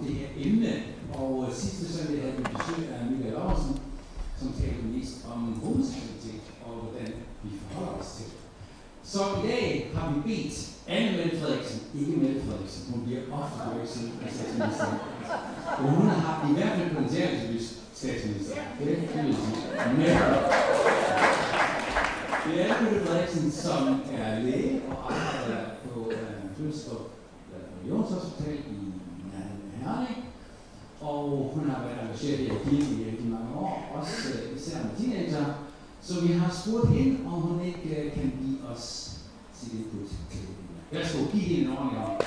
det her emne. Og sidste søndag havde vi besøg af Michael Larsen, som talte mest om homoseksualitet og hvordan vi forholder os til det. Så i dag har vi bedt Anne Mette Frederiksen, ikke Mette Frederiksen, hun bliver ofte forvekslet af statsministeren. Og hun har haft i hvert fald konservativ statsminister. Det vil jeg sige. Men det er Anne Mette Frederiksen, som er læge og arbejder på Flønstrup Regionshospital i Herning. Og hun har været engageret i kirken i rigtig mange år, også især med teenager. Så vi har spurgt hende, om hun ikke kan give os sit input til det. Værsgo, giv hende en ordentlig om.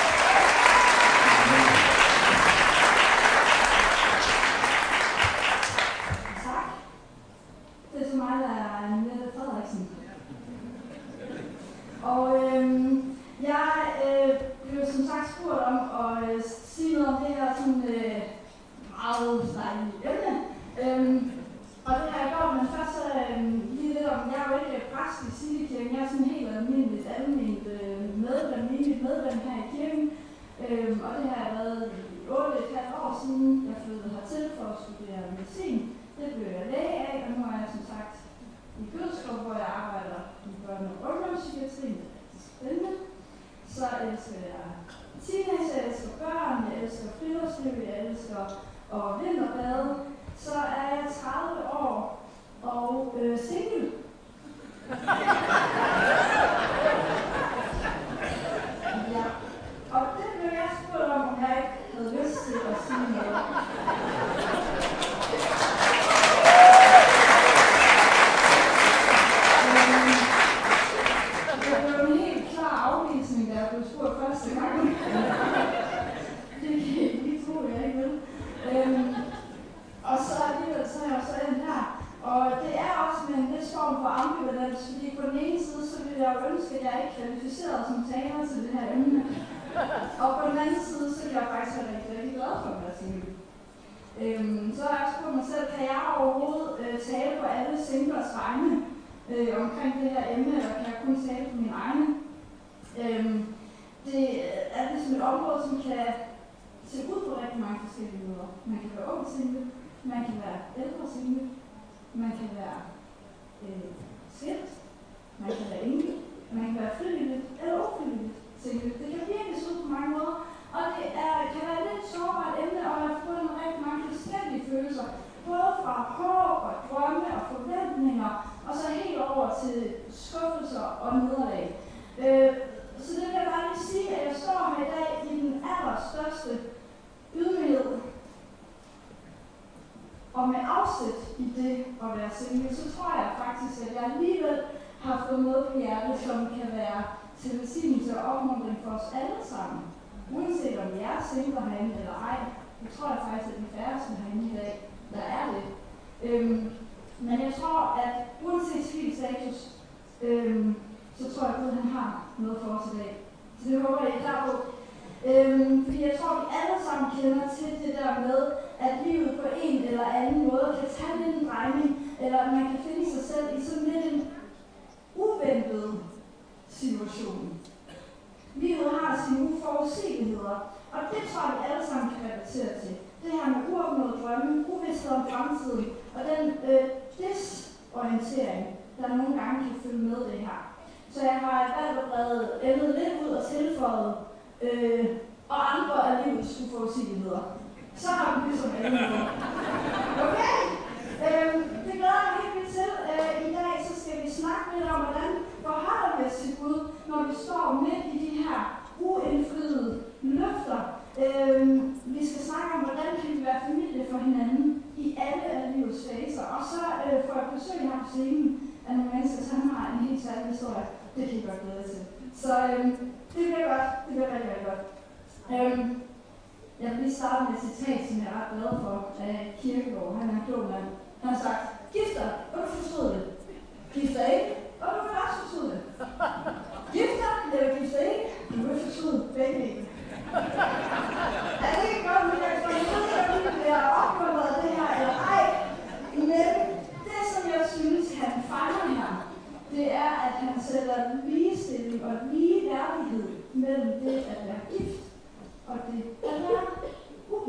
Tak. Det er så mig, der er Anne Mette Frederiksen. Og jeg blev som sagt spurgt om at sige noget om det her sådan meget dejlige emne. Og det har jeg gjort, men først lige lidt om, jeg er jo ikke præst i Silekirken, jeg er sådan helt almindeligt almindeligt medlem her i kirken. Og det har jeg været i 8,5 år siden, jeg flyttede hertil for at studere medicin. Det blev jeg læge af, og nu er jeg som sagt i Gødskov, hvor jeg arbejder i børne- og ungdomspsykiatrien. Det er rigtig spændende. Så elsker jeg teenager, jeg elsker børn, jeg elsker friluftsliv, jeg elsker og vinterbade. Så er jeg 30 år og single. Ja. Og det blev jeg spurgt om jeg ikke havde lyst til at sige noget. Det blev en helt klar afvisning, da jeg blev spurgt første gang. Det kan jeg ikke tro, jeg ikke vil. Og så alligevel så er jeg så endt her. Og det er også med en vis form for ambivalens, fordi på den ene side, så vil jeg jo ønske, at jeg er ikke kvalificeret som taler til det her emne. Og på den anden side, så er jeg faktisk rigtig glad for at være single. Så har jeg også på mig selv, kan jeg overhovedet tale på alle singlers vegne omkring det her emne, eller kan jeg kun tale på mine egne? Det er ligesom et område, som kan se ud på rigtig mange forskellige måder. Man kan være ung single, man kan være ældre single, man kan være skilt, man kan være enlig, man kan være frivilligt eller ufrivilligt single. Det kan virkelig se ud på mange måder, og det kan være et lidt sårbart emne, og jeg har fundet rigtig mange forskellige følelser, både fra håb og drømme og forventninger, og så helt over til skuffelser og nederlag. Så det vil jeg bare lige sige, at jeg står her i dag i den allerstørste ydmyghed. Og med afsæt i det at være single, så tror jeg faktisk, at jeg alligevel har fået noget på hjertet, som kan være til velsignelse og opmuntring for os alle sammen. Uanset om jeg er single herinde eller ej, det tror jeg faktisk, at de færreste herinde i dag, der er det. Men jeg tror, at uanset civil status, så tror jeg, at han har noget for os i dag. Så det håber jeg er klar på. Fordi jeg tror, at vi alle sammen kender til det der med, at livet på en eller anden måde kan tage lidt en drejning, eller at man kan finde sig selv i sådan lidt en uventet situation. Livet har sine uforudsigeligheder, og det tror jeg, vi alle sammen kan relatere til. Det her med uopnåede drømme, uvidsthed om fremtiden, og den desorientering, der nogle gange kan følge med det her. Så jeg har valgt at brede emnet lidt ud og tilføjet og andre af livets uforudsigeligheder. Så har vi ligesom emnet. Okay? Det glæder mig helt vildt til. I dag så skal vi snakke lidt om, hvordan forholder vi os til Gud, når vi står midt i de her uindfriede løfter. Vi skal snakke om, hvordan kan vi være familie for hinanden i alle af livets faser. Og så får jeg besøg her på scenen af nogle mennesker, som har en helt særlig historie. Det kan I godt glæde til. Så det bliver godt. Det bliver rigtig, rigtig godt. Jeg vil lige starte med et citat, som jeg er ret glad for, af Kierkegaard. Han er en klog mand. Han har sagt, gift dig, og du forstod det. Gift dig ikke, og du vil også forstå det. Gift dig, eller gift dig ikke, du vil forstå begge dele. Er det ikke godt, at jeg får noget, at vi bliver opmuntret af det her, eller ej? Men det, som jeg synes, han fejler her, det er, at han sætter ligestilling og ligeværdighed mellem det at være gift og det at være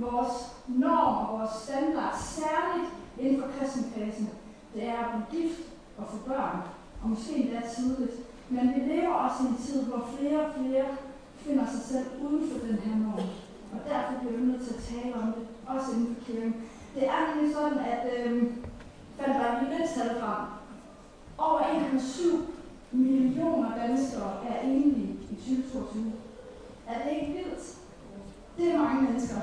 vores norm og vores standard, særligt inden for kristenfasen, det er at blive gift og få børn, og måske endda tidligt. Men vi lever også i en tid, hvor flere og flere finder sig selv uden for den her norm. Og derfor bliver vi nødt til at tale om det, også inden for kirken. Det er nemlig sådan, at fandt der lige lidt tal frem. Over 1,7 millioner danskere er enlige i 2022. Er det ikke vildt? Det er mange mennesker.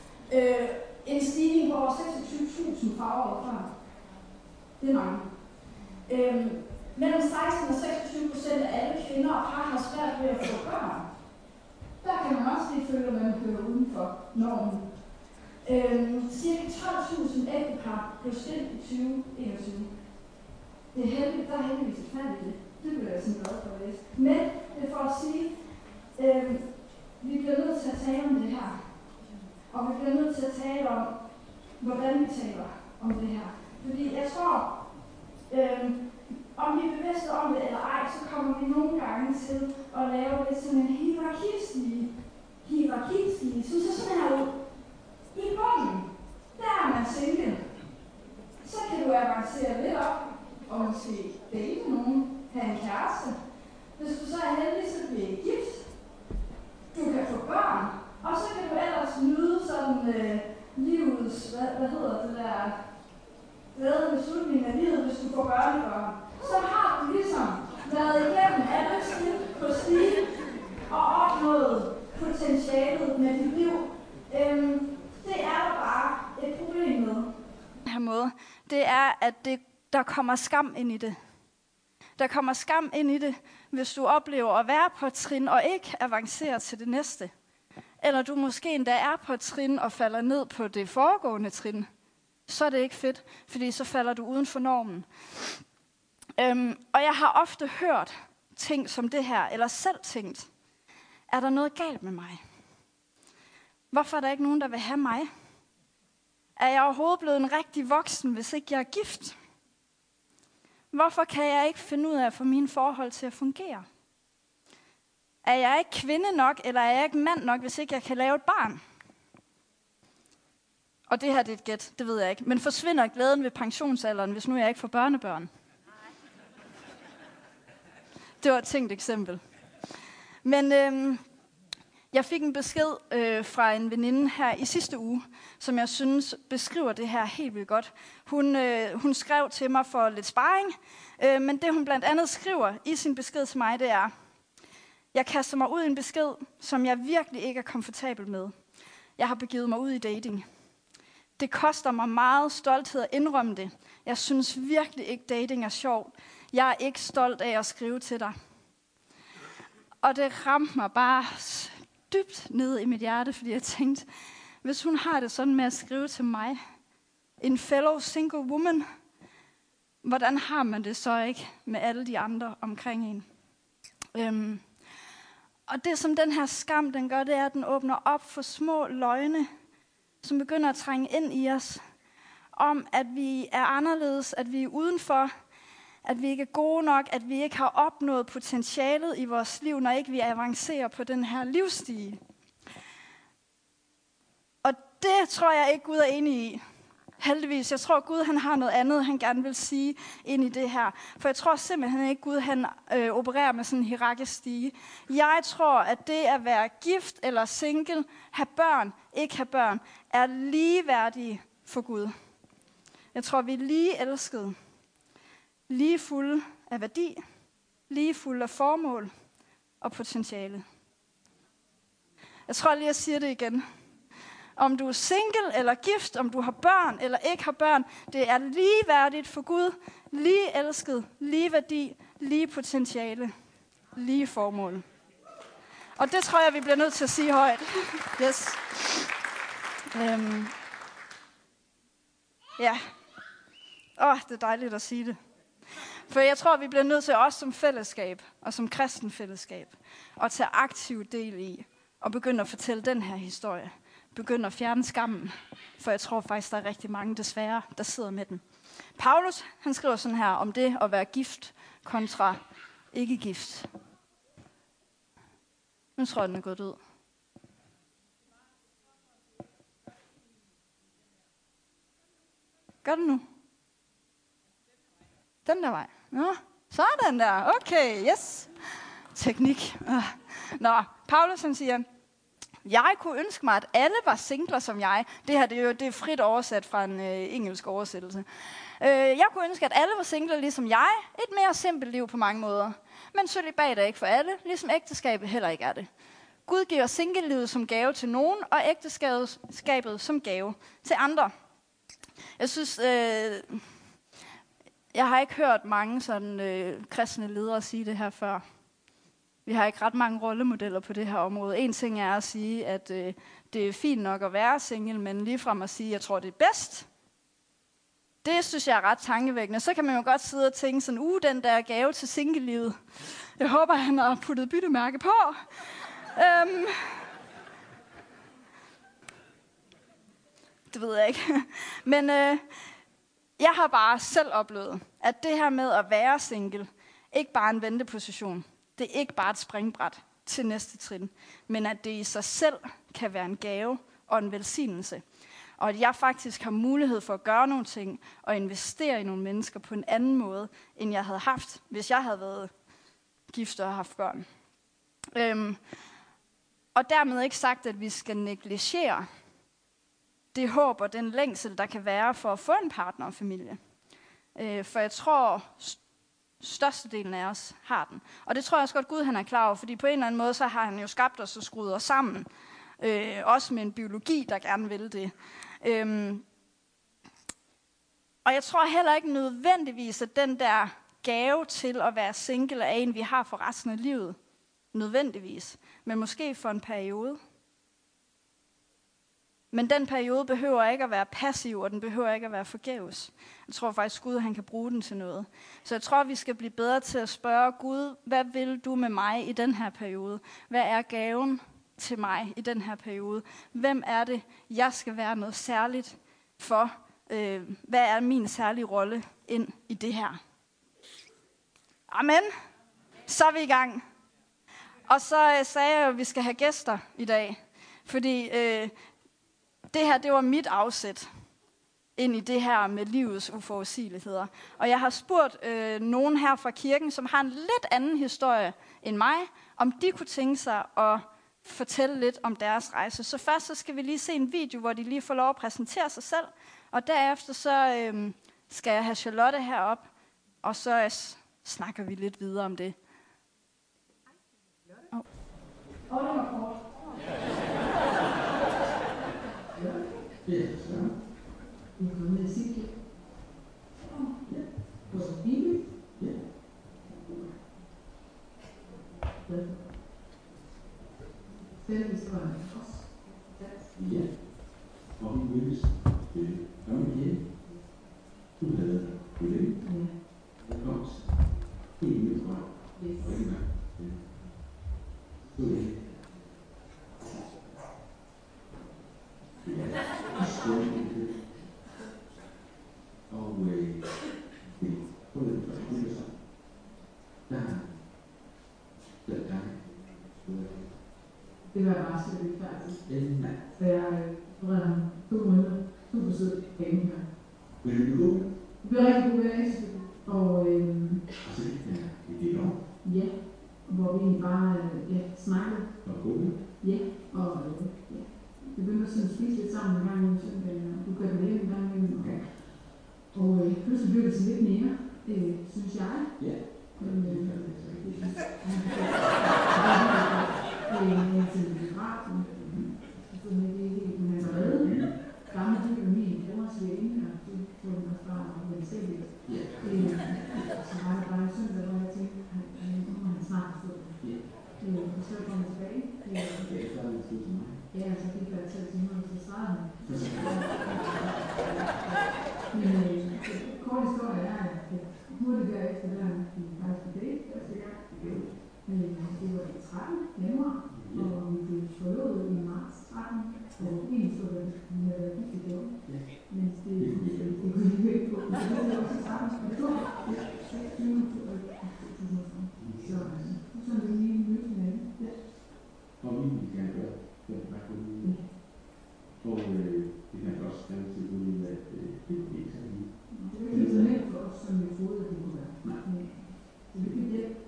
En stigning på over 26.000 fra året før. Det er mange. Mellem 16 og 26% af alle kvinder og par har svært ved at få børn. Der kan man også lige føle, at man hører uden for normen. Cirka 12.000 ægtepar blev skilt i 2021. Der er heldigvis et fald i det. Det bliver jeg sådan glad for at læse. Men det er for at sige, vi bliver nødt til at tale om det her. Og vi bliver nødt til at tale om, hvordan vi taler om det her. Fordi jeg tror, om vi er bevidste om det eller ej, så kommer vi nogle gange til at lave lidt sådan en hierarkistige. Så ser sådan her ud. I bunden, der er man single. Så kan du avancere lidt op, og måske date nogen, have en kæreste. Hvis du så er heldig, så bliver I gift. Du kan få børn, og så kan du ellers nyde sådan livets, hvad hedder det der, glæde beslutning af livet, hvis du får børnebørn. Så har du ligesom været igennem alle skridt på stigen og opnået potentialet med dit liv. Det er der bare et problem med. Her måde, det er, at der kommer skam ind i det. Der kommer skam ind i det, hvis du oplever at være på et trin og ikke avancerer til det næste. Eller du måske endda er på et trin og falder ned på det foregående trin. Så er det ikke fedt, fordi så falder du uden for normen. Og jeg har ofte hørt ting som det her, eller selv tænkt, er der noget galt med mig? Hvorfor er der ikke nogen, der vil have mig? Er jeg overhovedet blevet en rigtig voksen, hvis ikke jeg er gift? Hvorfor kan jeg ikke finde ud af at få mine forhold til at fungere? Er jeg ikke kvinde nok, eller er jeg ikke mand nok, hvis ikke jeg kan lave et barn? Og det her det er et gæt, det ved jeg ikke. Men forsvinder glæden ved pensionsalderen, hvis nu jeg ikke får børnebørn? Det var et tænkt eksempel. Men jeg fik en besked fra en veninde her i sidste uge, som jeg synes beskriver det her helt vildt godt. Hun skrev til mig for lidt sparring, men det hun blandt andet skriver i sin besked til mig, det er: jeg kaster mig ud i en besked, som jeg virkelig ikke er komfortabel med. Jeg har begivet mig ud i dating. Det koster mig meget stolthed at indrømme det. Jeg synes virkelig ikke, dating er sjovt. Jeg er ikke stolt af at skrive til dig. Og det ramte mig bare dybt ned i mit hjerte, fordi jeg tænkte, hvis hun har det sådan med at skrive til mig, en fellow single woman, hvordan har man det så ikke med alle de andre omkring en? Og det, som den her skam, den gør, det er, at den åbner op for små løgne, som begynder at trænge ind i os, om at vi er anderledes, at vi er udenfor, at vi ikke er gode nok, at vi ikke har opnået potentialet i vores liv, når ikke vi avancerer på den her livsstige. Og det tror jeg ikke, Gud er enig i. Heldigvis. Jeg tror, Gud han har noget andet, han gerne vil sige ind i det her. For jeg tror simpelthen ikke, Gud han opererer med sådan en hierarkisk stige. Jeg tror, at det at være gift eller single, have børn, ikke have børn, er ligeværdige for Gud. Jeg tror, vi er lige elskede. Lige fulde af værdi, lige fulde af formål og potentiale. Jeg tror lige, jeg siger det igen. Om du er single eller gift, om du har børn eller ikke har børn, det er ligeværdigt for Gud, lige elsket, lige værdi, lige potentiale, lige formål. Og det tror jeg, vi bliver nødt til at sige højt. Yes. Ja. Det er dejligt at sige det. For jeg tror, vi bliver nødt til os som fællesskab og som kristen fællesskab at tage aktiv del i og begynde at fortælle den her historie. Begynde at fjerne skammen, for jeg tror faktisk, der er rigtig mange desværre, der sidder med den. Paulus, han skriver sådan her om det at være gift kontra ikke gift. Nu tror jeg, den er gået ud. Gør det nu. Den der vej. Nå, sådan der. Okay, yes. Teknik. Nå, Paulus han siger, jeg kunne ønske mig, at alle var singler som jeg. Det her det er frit oversat fra en engelsk oversættelse. Jeg kunne ønske, at alle var singler ligesom jeg. Et mere simpelt liv på mange måder. Men cølibat er ikke for alle, ligesom ægteskabet heller ikke er det. Gud giver singellivet som gave til nogen, og ægteskabet som gave til andre. Jeg synes, jeg har ikke hørt mange sådan kristne ledere sige det her før. Vi har ikke ret mange rollemodeller på det her område. En ting er at sige, at det er fint nok at være single, men ligefrem at sige, at jeg tror, det er bedst. Det synes jeg er ret tankevækkende. Så kan man jo godt sidde og tænke sådan, den der gave til singellivet. Jeg håber, han har puttet byttemærke på. Det ved jeg ikke. Men jeg har bare selv oplevet, at det her med at være single, ikke bare en venteposition. Det er ikke bare et springbræt til næste trin, men at det i sig selv kan være en gave og en velsignelse. Og at jeg faktisk har mulighed for at gøre nogle ting og investere i nogle mennesker på en anden måde, end jeg havde haft, hvis jeg havde været gift og haft børn. Og dermed ikke sagt, at vi skal negligere det håb og den længsel, der kan være for at få en partner og familie. For jeg tror, størstedelen af os har den. Og det tror jeg også godt, Gud han er klar over, fordi på en eller anden måde, så har han jo skabt os og skruet os sammen. Også med en biologi, der gerne vil det. Og jeg tror heller ikke nødvendigvis, at den der gave til at være single er en, vi har for resten af livet. Nødvendigvis. Men måske for en periode. Men den periode behøver ikke at være passiv, og den behøver ikke at være forgæves. Jeg tror faktisk, Gud han kan bruge den til noget. Så jeg tror, vi skal blive bedre til at spørge Gud, hvad vil du med mig i den her periode? Hvad er gaven til mig i den her periode? Hvem er det, jeg skal være noget særligt for? Hvad er min særlige rolle ind i det her? Amen. Så er vi i gang. Og så sagde jeg jo, at vi skal have gæster i dag. Fordi det her, det var mit afsæt ind i det her med livets uforudsigeligheder. Og jeg har spurgt nogen her fra kirken, som har en lidt anden historie end mig, om de kunne tænke sig at fortælle lidt om deres rejse. Så først så skal vi lige se en video, hvor de lige får lov at præsentere sig selv. Og derefter så skal jeg have Charlotte herop, og så snakker vi lidt videre om det. Det var kort. Ja, så. Vi kan komme ned og sige det. Ja. Og så Bibel. Ja. Selvhistorien også. Ja. Og vi mødtes ved Gamle Kirke. Du havde det. Ja. Det kom helt med fra. Yes. Og en gang. Ja. Så det. Ja. Og på den første så der Det var bare så lidt færdigt. ja. Så jeg forredte ham 2 måneder. Super sød dame her. Vil du blive god? Det blev rigtig god ved og Altså, det gik om. ja, hvor vi egentlig bare snakkede. Og god. Ja, og vi begyndte at spise lidt sammen en gang imellem søndagen, og du gør det lidt en gang imellem. Okay. Og pludselig blev det til lidt mere, synes jeg. Ja. Men han er til biografen, så det er helt med hans redde. Gamle dyr med min brors veninde, og det tog den også bare velstændigt. Så var det bare en søndag, hvor jeg tænkte, nu må han snart forstå det. Og så kom jeg tilbage. Ja, så gik jeg til timer, og så startede han. Men kort historie er, at hurtigt derefter der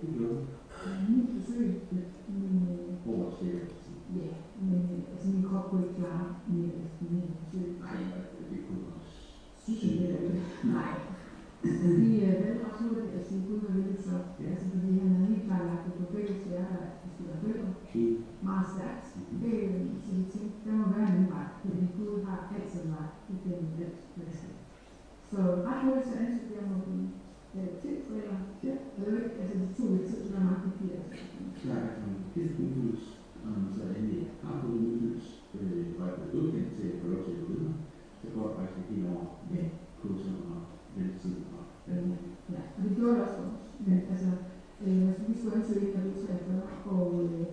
Det gjorde det. Mit besøg, ja, men altså min krop kunne ikke klare mere efter min besøg. Nej, det kunne også. Nej. Vi valgte også ud af at sige, Gud var vildt så. Altså fordi han havde helt klart lagt det på begge svære, at det skulle være bøger. Meget stærkt. Så vi tænkte, der må være en vej, fordi Gud har altid vej i den alt, hvad det skal. Så ret hurtigt så ansøgte jeg mig tiltræder. Ja. Altså det tog lidt tid, så der er meget papir. Klart, at man helt udfyldes, og når man så endelig har fået udfyldes, og er blevet godkendt til at få lov til at gå videre, så går det faktisk helt over med kurser og ventetid og ja, og det gjorde det også for os. Men altså, vi skulle ansøge en, der blev 43, og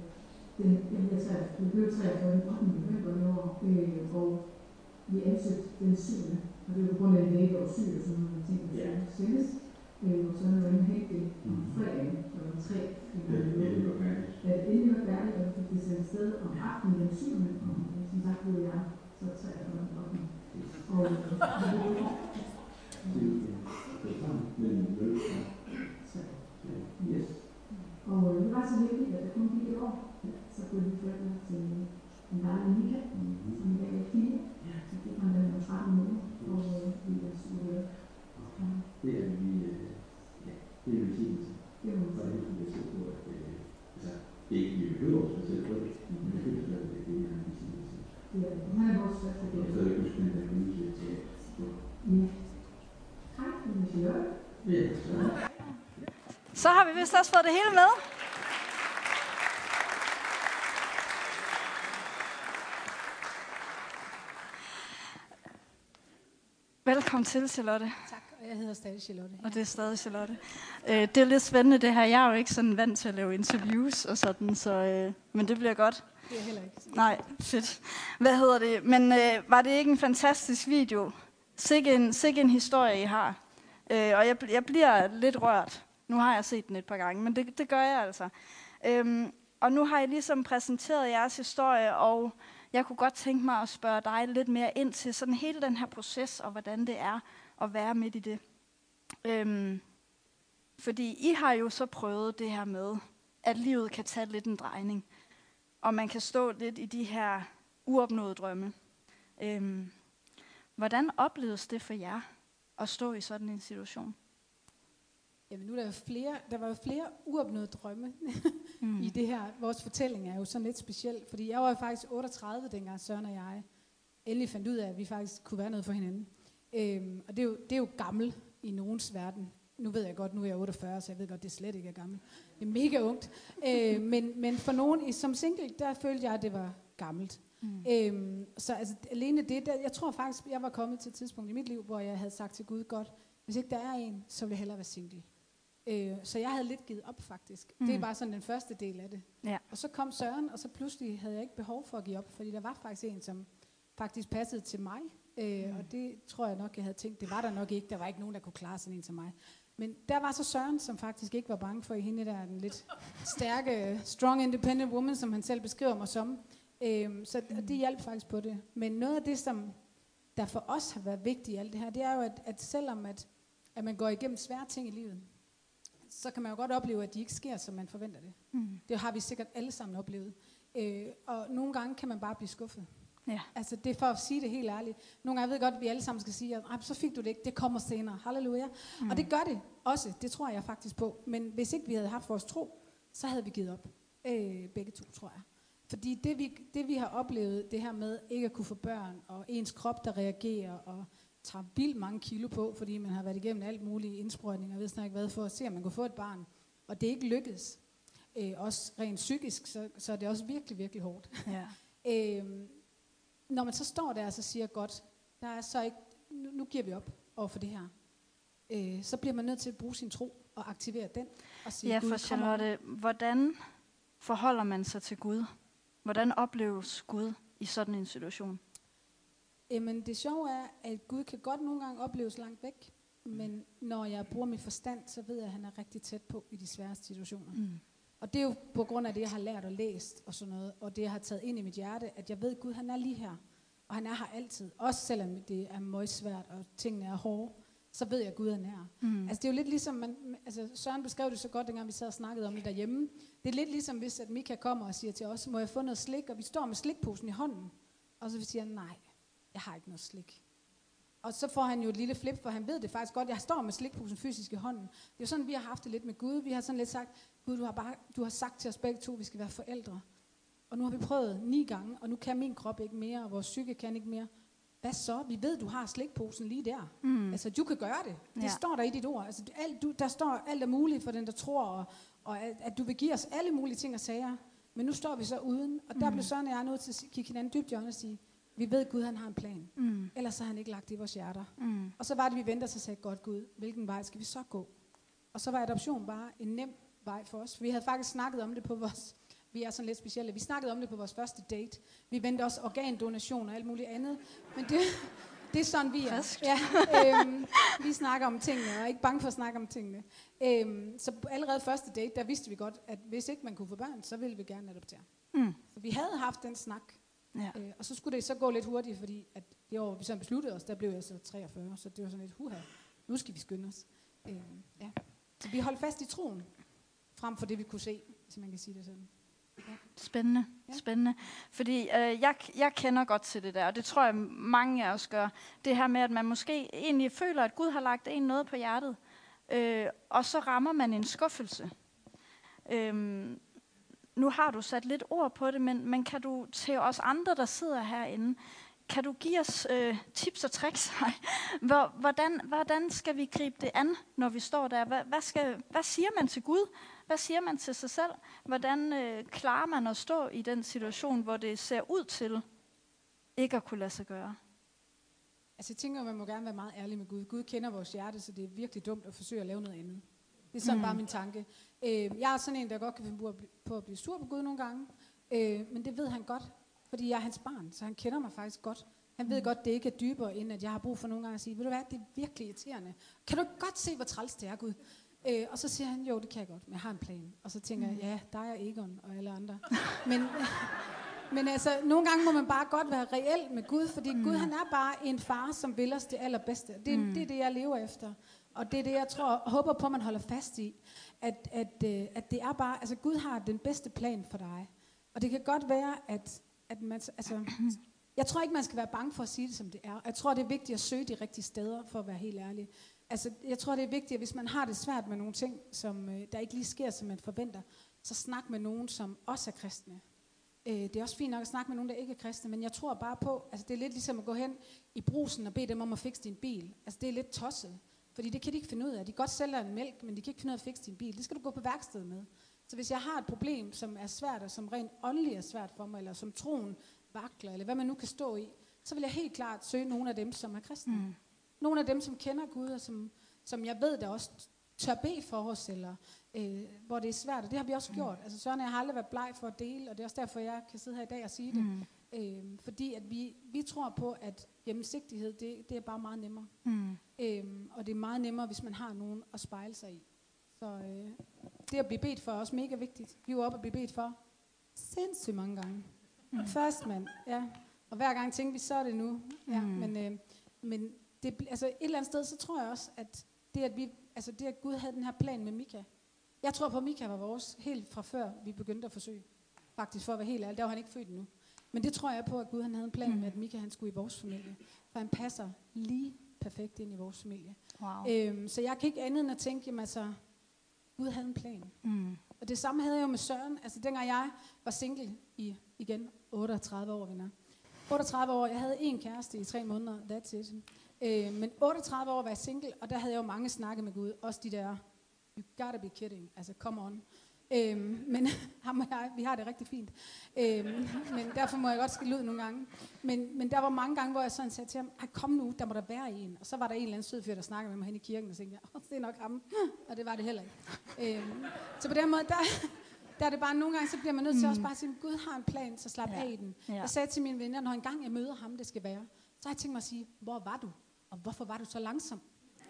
det blev 43 den 8. november i år, og vi ansøgte den 7. Og det var på grund af, at det ikke var syg og sådan nogle ting, der skulle sendes. Og så var det helt det fredagen kl. 3. det var færdigt. Da det endelig var færdigt, og vi fik det sendt sted om aftenen den 7. Og som sagt blev jeg så 43 den 8. Og Og vi var så heldige, at der kun gik et år, så blev vi forældre til en dejlig Mika, som i dag er 4. Så fik han den om 13 måneder, og vi var super glade. Det er vi, ja, det er velsignelse. Det var Så er det, vi ser på, at altså, det er ikke, vi behøver os selv på det, men det føles at det er en velsignelse. det. Han er vores første Jeg del. kan stadig huske, at der er udse til at Ja. Hej, hvis I gør det. ja, så Så har vi vist også fået det hele med. Velkommen til, Charlotte. Tak, og jeg hedder stadig Charlotte. Og det er stadig Charlotte. Det er lidt spændende det her. Jeg er jo ikke sådan vant til at lave interviews og sådan, så, men det bliver godt. Det er heller ikke. Nej, fedt. Hvad hedder det? Men var det ikke en fantastisk video? Sikke en historie, I har. Og jeg bliver lidt rørt. Nu har jeg set den et par gange, men det gør jeg altså. Og nu har jeg ligesom præsenteret jeres historie, og jeg kunne godt tænke mig at spørge dig lidt mere ind til sådan hele den her proces, og hvordan det er at være midt i det. Fordi I har jo så prøvet det her med, at livet kan tage lidt en drejning, og man kan stå lidt i de her uopnåede drømme. Hvordan opleves det for jer at stå i sådan en situation? Jamen nu er der var jo flere uopnåede drømme i det her. Vores fortælling er jo sådan lidt speciel, fordi jeg var jo faktisk 38, dengang Søren og jeg endelig fandt ud af, at vi faktisk kunne være noget for hinanden. Og det er jo gammel i nogens verden. Nu ved jeg godt, nu er jeg 48, så jeg ved godt, det slet ikke er gammel. Det er mega ungt. Men for nogen som single, der følte jeg, at det var gammelt. Så altså, alene det, jeg tror faktisk, jeg var kommet til et tidspunkt i mit liv, hvor jeg havde sagt til Gud, godt, hvis ikke der er en, så vil jeg hellere være single. Så jeg havde lidt givet op faktisk. Det var sådan den første del af det. Ja. Og så kom Søren, og så pludselig havde jeg ikke behov for at give op, fordi der var faktisk en, som faktisk passede til mig. Og det tror jeg nok, jeg havde tænkt, det var der nok ikke. Der var ikke nogen, der kunne klare sådan en til mig. Men der var så Søren, som faktisk ikke var bange for i hende der, den lidt stærke, strong independent woman, som han selv beskriver mig som. Så det hjalp faktisk på det. Men noget af det, som der for os har været vigtigt i alt det her, det er jo, at selvom at man går igennem svære ting i livet, så kan man jo godt opleve, at de ikke sker, som man forventer det. Det har vi sikkert alle sammen oplevet. Og nogle gange kan man bare blive skuffet. Ja. Altså det er for at sige det helt ærligt. Nogle gange ved jeg godt, at vi alle sammen skal sige, at så fik du det ikke, det kommer senere. Halleluja. Og det gør det også, det tror jeg faktisk på. Men hvis ikke vi havde haft vores tro, så havde vi givet op. Begge to, tror jeg. Fordi det vi har oplevet, det her med ikke at kunne få børn, og ens krop, der reagerer, og tager vildt mange kilo på, fordi man har været igennem alt mulige indsprøjtninger, og ved snart ikke hvad, for at se, om man kunne få et barn. Og det er ikke lykkedes. Også rent psykisk, så er det også virkelig, virkelig hårdt. Ja. Når man så står der og så siger, godt, der er så ikke, nu giver vi op over for det her. Så bliver man nødt til at bruge sin tro og aktivere den. Og sige, Ja, for Charlotte, hvordan forholder man sig til Gud? Hvordan opleves Gud i sådan en situation? Jamen det sjove er, at Gud kan godt nogle gange opleves langt væk. Men når jeg bruger mit forstand, så ved jeg, at han er rigtig tæt på i de sværeste situationer. Og det er jo på grund af det, jeg har lært og læst og sådan noget. Og det, jeg har taget ind i mit hjerte, at jeg ved, at Gud han er lige her. Og han er her altid. Også selvom det er møgsvært, og tingene er hårde. så ved jeg, at Gud er nær. Altså det er jo lidt ligesom, Søren beskrev det så godt, dengang vi sad og snakkede om det derhjemme. Det er lidt ligesom, hvis at Mika kommer og siger til os, må jeg få noget slik? Og vi står med slikposen i hånden. Og så siger han, nej, jeg har ikke noget slik. Og så får han jo et lille flip, for han ved det faktisk godt. Jeg står med slikposen fysisk i hånden. Det er jo sådan, vi har haft det lidt med Gud. Vi har sådan lidt sagt, Gud, du har sagt til os begge to, at vi skal være forældre. Og nu har vi prøvet 9 gange, og nu kan min krop ikke mere, og vores psyke kan ikke mere. Hvad så? Vi ved, du har slikposen lige der. Altså, du kan gøre det. Det står der i dit ord. Altså, der står alt er muligt for den, der tror, og at du vil give os alle mulige ting og sager. Men nu står vi så uden, og der blev Søren og jeg nødt til at kigge hinanden dybt i øjnene og sige, vi ved, at Gud han har en plan. Ellers har han ikke lagt det i vores hjerter. Og så var det, vi ventede og sagde, godt Gud, hvilken vej skal vi så gå? Og så var adoption bare en nem vej for os. Vi havde faktisk snakket om det på vores... Vi er sådan lidt specielle. Vi snakkede om det på vores første date. Vi vendte også organdonation og alt muligt andet. Men det er sådan, vi er. Ja, vi snakker om tingene, og er ikke bange for at snakke om tingene. Så allerede første date, der vidste vi godt, at hvis ikke man kunne få børn, så ville vi gerne adoptere. Så vi havde haft den snak. Ja. Og så skulle det så gå lidt hurtigt, fordi at det år, vi så besluttede os, der blev jeg så 43, så det var sådan lidt, nu skal vi skynde os. Ja. Så vi holdt fast i troen, frem for det, vi kunne se, hvis man kan sige det sådan. Ja. Spændende. Fordi jeg kender godt til det der, og det tror jeg mange af os gør. Det her med, at man måske egentlig føler, at Gud har lagt en noget på hjertet, og så rammer man en skuffelse. Nu har du sat lidt ord på det, men kan du til os andre, der sidder herinde, kan du give os tips og tricks? Hvordan skal vi gribe det an, når vi står der? Hvad siger man til Gud? Hvad siger man til sig selv? Hvordan klarer man at stå i den situation, hvor det ser ud til ikke at kunne lade sig gøre? Altså jeg tænker, at man må gerne være meget ærlig med Gud. Gud kender vores hjerte, så det er virkelig dumt at forsøge at lave noget andet. Det er sådan bare min tanke. Jeg er sådan en, der godt kan finde på at blive sur på Gud nogle gange. Men det ved han godt, fordi jeg er hans barn, så han kender mig faktisk godt. Han ved godt, det ikke er dybere, end at jeg har brug for nogle gange at sige, ved du hvad, det er virkelig irriterende. Kan du godt se, hvor træls det er, Gud? Og så siger han, jo, det kan jeg godt, men jeg har en plan. Og så tænker jeg, ja, dig og Egon og alle andre. Men altså, nogle gange må man bare godt være reel med Gud, fordi Gud, han er bare en far, som vil os det allerbedste. Det er det, jeg lever efter. Og det er det, jeg tror og håber på, man holder fast i. At det er bare, altså Gud har den bedste plan for dig. Og det kan godt være, at man, altså, jeg tror ikke, man skal være bange for at sige det, som det er. Jeg tror, det er vigtigt at søge de rigtige steder, for at være helt ærlig. Altså, jeg tror, det er vigtigt, at hvis man har det svært med nogle ting, som der ikke lige sker, som man forventer, så snak med nogen, som også er kristne. Det er også fint nok at snakke med nogen, der ikke er kristne, men jeg tror bare på, altså det er lidt ligesom at gå hen i Brugsen og bede dem om at fikse din bil. Altså det er lidt tosset, fordi det kan de ikke finde ud af. De kan godt sælge en mælk, men de kan ikke finde ud af at fikse din bil. Det skal du gå på værksted med. Så hvis jeg har et problem, som er svært, og som rent åndeligt er svært for mig, eller som troen vakler, eller hvad man nu kan stå i, så vil jeg helt klart søge nogle af dem, som er kristne. Nogle af dem, som kender Gud, og som jeg ved, der også tør bede for os, eller hvor det er svært, og det har vi også gjort. Altså Søren og jeg har aldrig været bleg for at dele, og det er også derfor, jeg kan sidde her i dag og sige det. Fordi at vi tror på, at gennemsigtighed, det er bare meget nemmere. Og det er meget nemmere, hvis man har nogen at spejle sig i. Så det at blive bedt for er også mega vigtigt. Vi var oppe at blive bedt for sindssygt mange gange. Først, mand, ja. Og hver gang tænkte vi, så er det nu. Ja, men det, altså et eller andet sted, så tror jeg også, at det at Gud havde den her plan med Mika. Jeg tror på, at Mika var vores helt fra før vi begyndte at forsøge. Faktisk for at være helt ærlig, der var han ikke født endnu. Men det tror jeg på, at Gud han havde en plan med, at Mika han skulle i vores familie. For han passer lige perfekt ind i vores familie. Wow. Så jeg kan ikke andet end at tænke, jamen altså, Gud havde en plan. Og det samme havde jeg jo med Søren. Altså dengang jeg var single i, igen, 38 år, venner. 38 år, jeg havde en kæreste i 3 måneder, that's it. Men 38 år var jeg single, og der havde jeg jo mange snakke med Gud. Også de der, you gotta be kidding, altså come on. Men ham og jeg, vi har det rigtig fint. Men derfor må jeg godt skille ud nogle gange. Men der var mange gange, hvor jeg sådan sagde til ham, kom nu, der må der være en. Og så var der en eller anden sød fyr, der snakkede med mig hen i kirken, og så tænkte jeg, det er nok ham. Og det var det heller ikke. Så på den måde, der er det bare nogle gange, så bliver man nødt til også bare at sige, Gud har en plan, så slap af i den. Jeg sagde til mine venner, når engang jeg møder ham, det skal være, så har jeg tænkt mig at sige, hvor var du? Og hvorfor var du så langsom?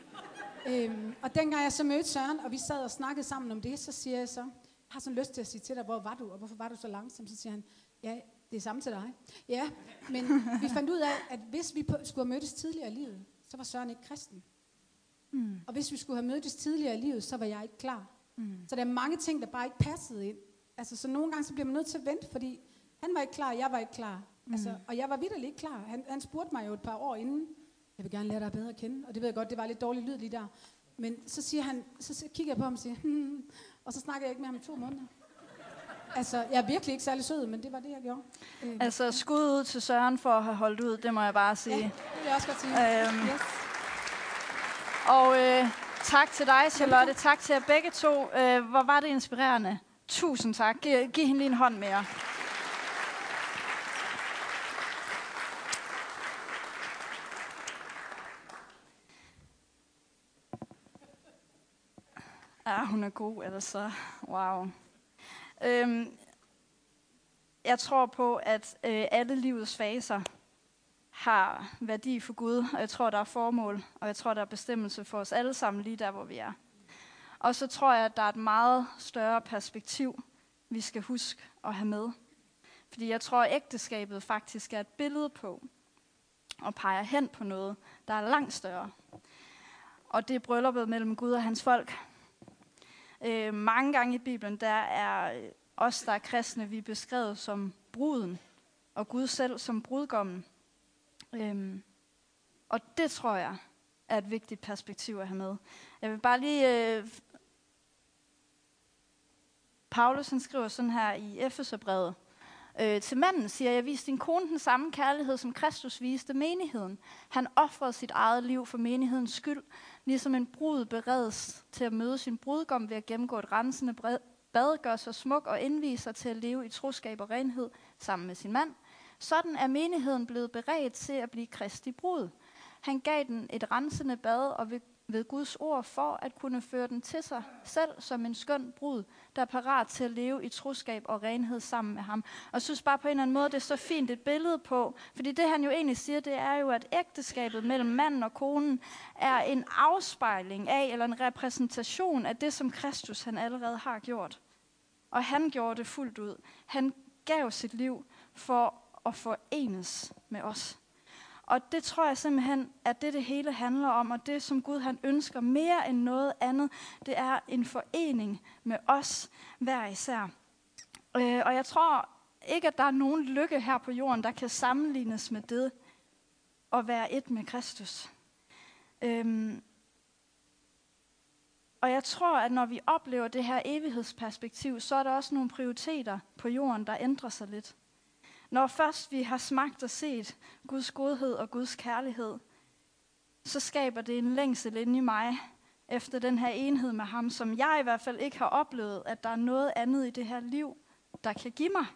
Og dengang jeg så mødte Søren, og vi sad og snakkede sammen om det, så siger jeg så, jeg har sådan lyst til at sige til dig, hvor var du, og hvorfor var du så langsom? Så siger han, ja, det er samme til dig. Ja, men vi fandt ud af, at hvis vi skulle have mødtes tidligere i livet, så var Søren ikke kristen. Og hvis vi skulle have mødtes tidligere i livet, så var jeg ikke klar. Så der er mange ting, der bare ikke passede ind. Altså, så nogle gange så bliver man nødt til at vente, fordi han var ikke klar, jeg var ikke klar. Altså, og jeg var vitterligt ikke klar. Han spurgte mig jo et par år inden, jeg vil gerne lære dig bedre at kende. Og det ved jeg godt, det var lidt dårlig lyd lige der. Men så siger han, så kigger jeg på ham og siger, og så snakker jeg ikke med ham i 2 måneder. Altså, jeg er virkelig ikke særlig sød, men det var det, jeg gjorde. Altså, skud ud til Søren for at have holdt ud, det må jeg bare sige. Ja, det vil jeg også godt sige. Yes. Og tak til dig, Charlotte. Tak til jer begge to. Hvor var det inspirerende. Tusind tak. Giv hende lige en hånd mere. Ja, hun er god, altså. Wow. Jeg tror på, at alle livets faser har værdi for Gud, og jeg tror, der er formål, og jeg tror, der er bestemmelse for os alle sammen lige der, hvor vi er. Og så tror jeg, at der er et meget større perspektiv, vi skal huske at have med. Fordi jeg tror, at ægteskabet faktisk er et billede på, og peger hen på noget, der er langt større. Og det er brylluppet mellem Gud og hans folk. Mange gange i Bibelen, der er os, der er kristne, vi er beskrevet som bruden, og Gud selv som brudgommen. Og det tror jeg er et vigtigt perspektiv at have med. Jeg vil bare lige... Paulus han skriver sådan her i Efeserbrevet. Til manden siger jeg, vis din kone den samme kærlighed, som Kristus viste menigheden. Han ofrede sit eget liv for menighedens skyld, ligesom en brud beredes til at møde sin brudgom ved at gennemgå et rensende bad, gøre sig smuk og indvie sig til at leve i troskab og renhed sammen med sin mand. Sådan er menigheden blevet beredt til at blive Kristi brud. Han gav den et rensende bad og ved Guds ord for at kunne føre den til sig selv som en skøn brud, der er parat til at leve i troskab og renhed sammen med ham. Og jeg synes bare på en eller anden måde, det er så fint et billede på, fordi det han jo egentlig siger, det er jo, at ægteskabet mellem manden og konen er en afspejling af, eller en repræsentation af det, som Kristus han allerede har gjort. Og han gjorde det fuldt ud. Han gav sit liv for at forenes med os. Og det tror jeg simpelthen, at det hele handler om, og det som Gud han ønsker mere end noget andet, det er en forening med os hver især. Og jeg tror ikke, at der er nogen lykke her på jorden, der kan sammenlignes med det at være et med Kristus. Og jeg tror, at når vi oplever det her evighedsperspektiv, så er der også nogle prioriteter på jorden, der ændrer sig lidt. Når først vi har smagt og set Guds godhed og Guds kærlighed, så skaber det en længsel inde i mig efter den her enhed med ham, som jeg i hvert fald ikke har oplevet, at der er noget andet i det her liv, der kan give mig.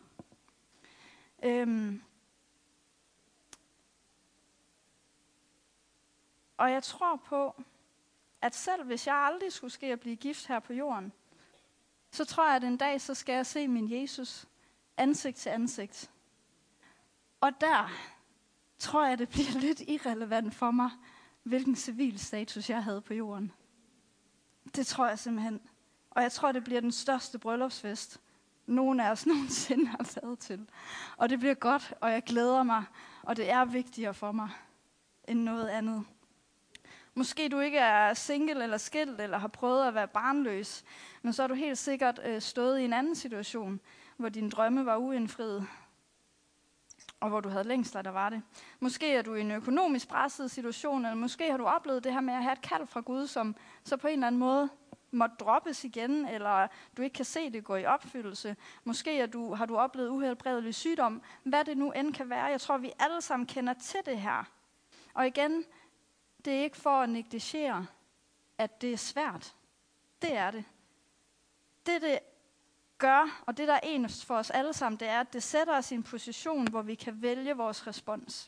Og jeg tror på, at selv hvis jeg aldrig skulle ske at blive gift her på jorden, så tror jeg, at en dag, så skal jeg se min Jesus ansigt til ansigt. Og der tror jeg, det bliver lidt irrelevant for mig, hvilken civil status jeg havde på jorden. Det tror jeg simpelthen. Og jeg tror, det bliver den største bryllupsfest, nogen af os nogensinde har været til. Og det bliver godt, og jeg glæder mig, og det er vigtigere for mig end noget andet. Måske du ikke er single eller skilt, eller har prøvet at være barnløs, men så har du helt sikkert stået i en anden situation, hvor dine drømme var uindfriet, og hvor du havde længsler, der var det. Måske er du i en økonomisk presset situation, eller måske har du oplevet det her med at have et kald fra Gud, som så på en eller anden måde måtte droppes igen, eller du ikke kan se det gå i opfyldelse. Måske har du oplevet uhelbredelig sygdom. Hvad det nu end kan være. Jeg tror, vi alle sammen kender til det her. Og igen, det er ikke for at negligere, at det er svært. Det er det. Det gør, og det der er enest for os alle sammen, det er, at det sætter os i en position, hvor vi kan vælge vores respons.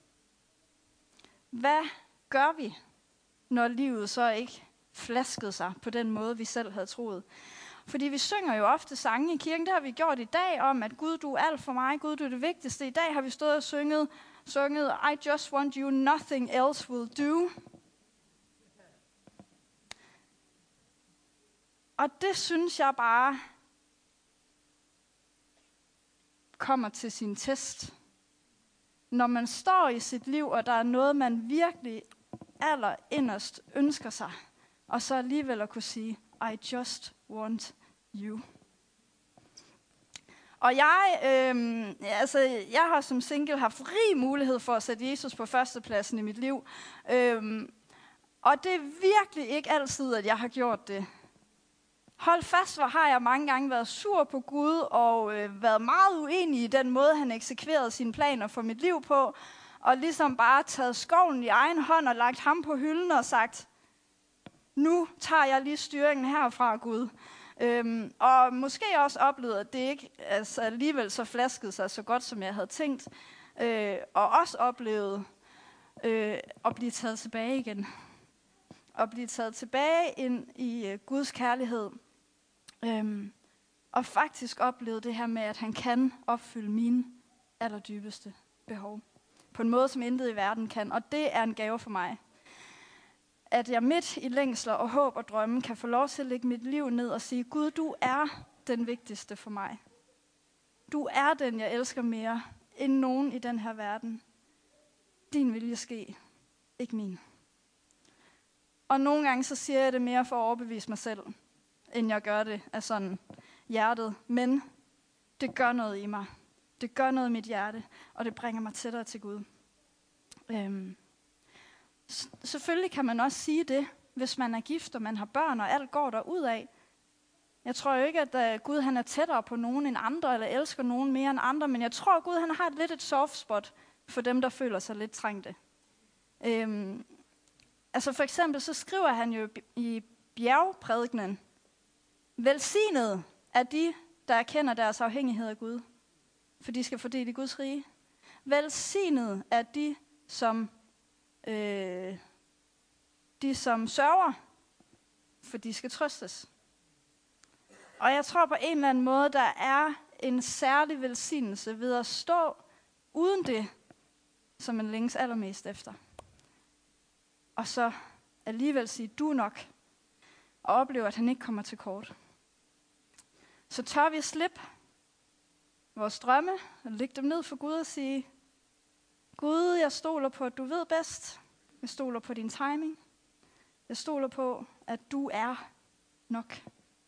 Hvad gør vi, når livet så ikke flaskede sig på den måde, vi selv havde troet? Fordi vi synger jo ofte sange i kirken, det har vi gjort i dag om, at Gud, du er alt for mig, Gud, du er det vigtigste. I dag har vi stået og sunget I just want you, nothing else will do. Og det synes jeg bare kommer til sin test. Når man står i sit liv, og der er noget, man virkelig allerinderst ønsker sig, og så alligevel at kunne sige, I just want you. Og jeg har som single haft rig mulighed for at sætte Jesus på førstepladsen i mit liv. Og det er virkelig ikke altid, at jeg har gjort det. Hold fast, hvor har jeg mange gange været sur på Gud og været meget uenig i den måde, han eksekverede sine planer for mit liv på. Og ligesom bare taget skoven i egen hånd og lagt ham på hylden og sagt, nu tager jeg lige styringen herfra, Gud. Og måske også oplevet, at det ikke alligevel så flaskede sig så godt, som jeg havde tænkt. Og også oplevet at blive taget tilbage igen. Og blive taget tilbage ind i Guds kærlighed. Og faktisk oplevet det her med, at han kan opfylde mine allerdybeste behov. På en måde, som intet i verden kan. Og det er en gave for mig. At jeg midt i længsler og håb og drømme kan få lov til at lægge mit liv ned og sige, Gud, du er den vigtigste for mig. Du er den, jeg elsker mere end nogen i den her verden. Din vilje ske, ikke min. Og nogle gange så siger jeg det mere for at overbevise mig selv, end jeg gør det af sådan hjertet. Men det gør noget i mig. Det gør noget i mit hjerte, og det bringer mig tættere til Gud. Selvfølgelig kan man også sige det, hvis man er gift, og man har børn, og alt går derudad. Jeg tror jo ikke, at Gud han er tættere på nogen end andre, eller elsker nogen mere end andre, men jeg tror, at Gud han har lidt et soft spot for dem, der føler sig lidt trængte. For eksempel så skriver han jo i bjergprædikenen, velsignet er de, der erkender deres afhængighed af Gud, for de skal fordele i Guds rige. Velsignet er de, som sørger, for de skal trøstes. Og jeg tror på en eller anden måde, der er en særlig velsignelse ved at stå uden det, som man længes allermest efter. Og så alligevel sige, du er nok, og opleve, at han ikke kommer til kort. Så tør vi slippe vores drømme, og lægge dem ned for Gud og sige, Gud, jeg stoler på, at du ved bedst. Jeg stoler på din timing. Jeg stoler på, at du er nok.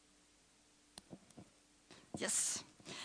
Yes.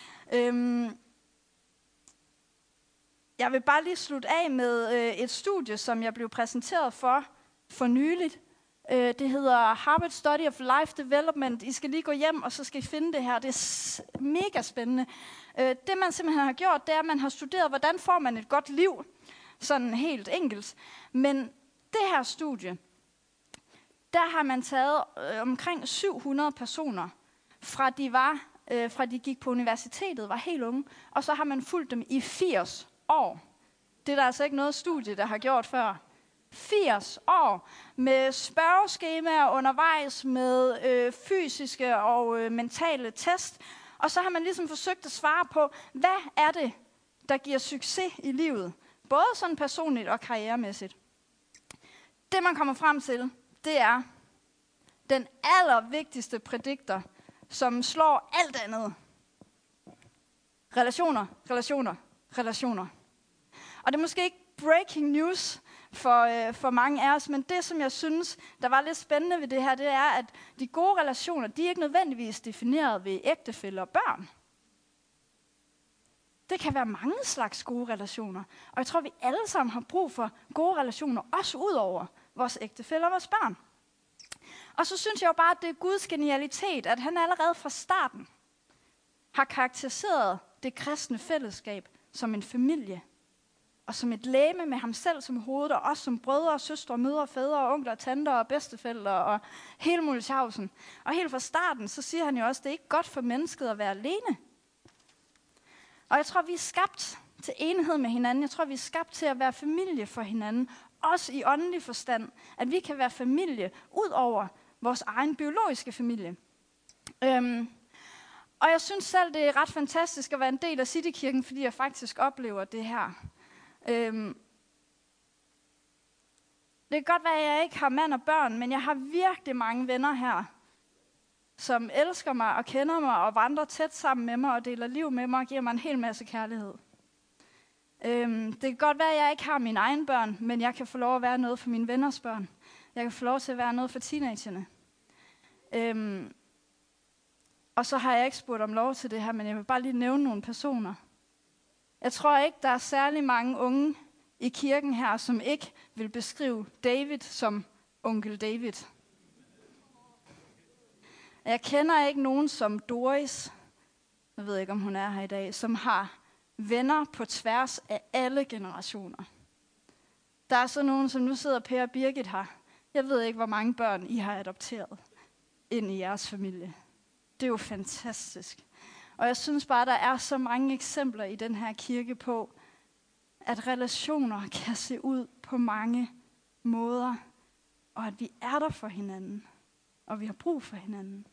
Jeg vil bare lige slutte af med et studie, som jeg blev præsenteret for nyligt. Det hedder Harvard Study of Life Development. I skal lige gå hjem, og så skal I finde det her. Det er mega spændende. Det man simpelthen har gjort, det er, at man har studeret, hvordan får man et godt liv. Sådan helt enkelt. Men det her studie, der har man taget omkring 700 personer, fra de gik på universitetet, var helt unge, og så har man fulgt dem i 80 år. Det er der altså ikke noget studie, der har gjort før. 80 år med spørgeskemaer undervejs, med fysiske og mentale test. Og så har man ligesom forsøgt at svare på, hvad er det, der giver succes i livet? Både sådan personligt og karrieremæssigt. Det man kommer frem til, det er den allervigtigste prædiktor, som slår alt andet. Relationer, relationer, relationer. Og det er måske ikke breaking news for mange af os, men det, som jeg synes, der var lidt spændende ved det her, det er, at de gode relationer, de er ikke nødvendigvis defineret ved ægtefæller og børn. Det kan være mange slags gode relationer, og jeg tror, vi alle sammen har brug for gode relationer, også ud over vores ægtefæller og vores børn. Og så synes jeg jo bare, at det er Guds genialitet, at han allerede fra starten har karakteriseret det kristne fællesskab som en familie, og som et legeme med ham selv som hoved, og også som brødre og søstre, mødre, fædre, onkler og tanter og bedsteforældre og hele Mulchausen. Og helt fra starten, så siger han jo også, at det er ikke godt for mennesket at være alene. Og jeg tror, vi er skabt til enhed med hinanden. Jeg tror, vi er skabt til at være familie for hinanden. Også i åndelig forstand. At vi kan være familie ud over vores egen biologiske familie. Og jeg synes selv, det er ret fantastisk at være en del af Citykirken, fordi jeg faktisk oplever det her. Det kan godt være, at jeg ikke har mand og børn, men jeg har virkelig mange venner her, som elsker mig og kender mig og vandrer tæt sammen med mig og deler liv med mig og giver mig en hel masse kærlighed. Det kan godt være, at jeg ikke har mine egne børn, men jeg kan få lov at være noget for mine venners børn. Jeg kan få lov til at være noget for teenagerne. Og så har jeg ikke spurgt om lov til det her, men jeg vil bare lige nævne nogle personer. Jeg tror ikke, der er særlig mange unge i kirken her, som ikke vil beskrive David som onkel David. Jeg kender ikke nogen som Doris, jeg ved ikke, om hun er her i dag, som har venner på tværs af alle generationer. Der er så nogen, som nu sidder Per og Birgit her. Jeg ved ikke, hvor mange børn I har adopteret ind i jeres familie. Det er jo fantastisk. Og jeg synes bare, der er så mange eksempler i den her kirke på, at relationer kan se ud på mange måder, og at vi er der for hinanden, og vi har brug for hinanden.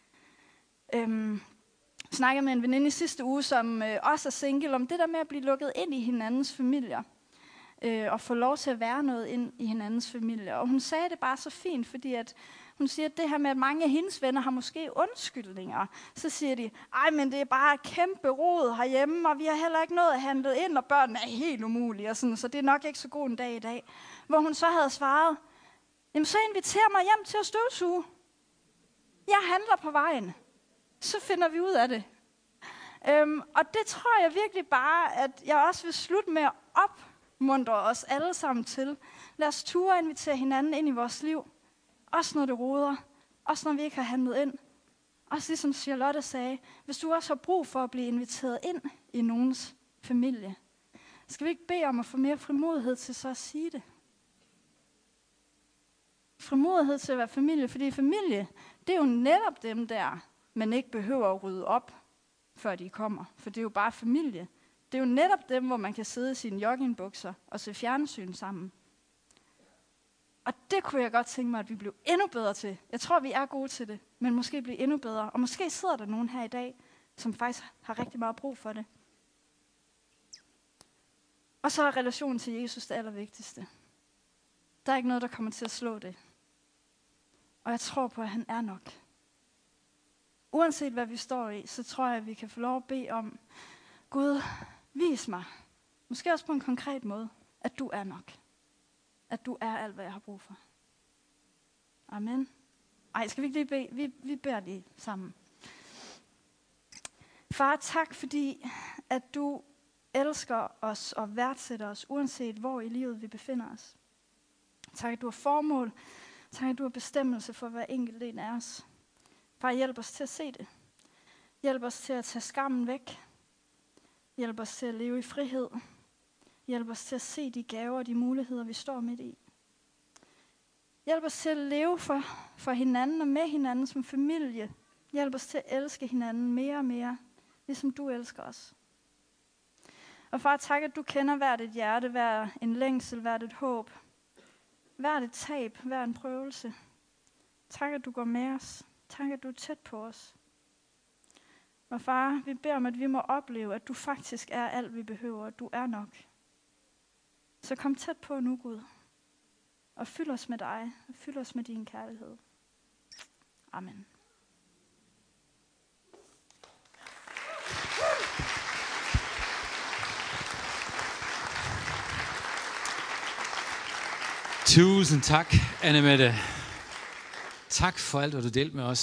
Jeg snakkede med en veninde i sidste uge, som også er single, om det der med at blive lukket ind i hinandens familier, og få lov til at være noget ind i hinandens familie. Og hun sagde det bare så fint, fordi at hun siger, at det her med, at mange af hendes venner har måske undskyldninger. Så siger de, men det er bare et kæmpe rod herhjemme, og vi har heller ikke noget at handle ind, og børnene er helt umulige, og sådan, så det er nok ikke så god en dag i dag. Hvor hun så havde svaret, jamen så inviter mig hjem til at støvsuge. Jeg handler på vejen. Så finder vi ud af det. Og det tror jeg virkelig bare, at jeg også vil slutte med at opmuntre os alle sammen til. Lad os ture invitere hinanden ind i vores liv. Også når det roder. Også når vi ikke har handlet ind. Også ligesom Charlotte sagde, hvis du også har brug for at blive inviteret ind i nogens familie, skal vi ikke bede om at få mere frimodighed til så at sige det? Frimodighed til at være familie, fordi familie, det er jo netop dem der, man ikke behøver at rydde op, før de kommer. For det er jo bare familie. Det er jo netop dem, hvor man kan sidde i sine joggingbukser og se fjernsyn sammen. Og det kunne jeg godt tænke mig, at vi blev endnu bedre til. Jeg tror, vi er gode til det, men måske blive endnu bedre. Og måske sidder der nogen her i dag, som faktisk har rigtig meget brug for det. Og så er relationen til Jesus det allervigtigste. Der er ikke noget, der kommer til at slå det. Og jeg tror på, at han er nok. Uanset hvad vi står i, så tror jeg, at vi kan få lov at bede om, Gud, vis mig, måske også på en konkret måde, at du er nok. At du er alt, hvad jeg har brug for. Amen. Ej, skal vi ikke lige bede? Vi beder lige sammen. Far, tak fordi, at du elsker os og værdsætter os, uanset hvor i livet vi befinder os. Tak, at du har formål. Tak, at du har bestemmelse for hver enkelt en af os. Far, hjælp os til at se det. Hjælp os til at tage skammen væk. Hjælp os til at leve i frihed. Hjælp os til at se de gaver og de muligheder, vi står midt i. Hjælp os til at leve for hinanden og med hinanden som familie. Hjælp os til at elske hinanden mere og mere, ligesom du elsker os. Og far, tak, at du kender hvert et hjerte, hver en længsel, hvert et håb, hvert et tab, hver en prøvelse. Tak, at du går med os. Tak, at du er tæt på os. Og far, vi beder om, at vi må opleve, at du faktisk er alt, vi behøver, at du er nok. Så kom tæt på nu, Gud, og fyld os med dig, og fyld os med din kærlighed. Amen. Tusind tak, Annemette. Tak for alt, hvad du delte med os.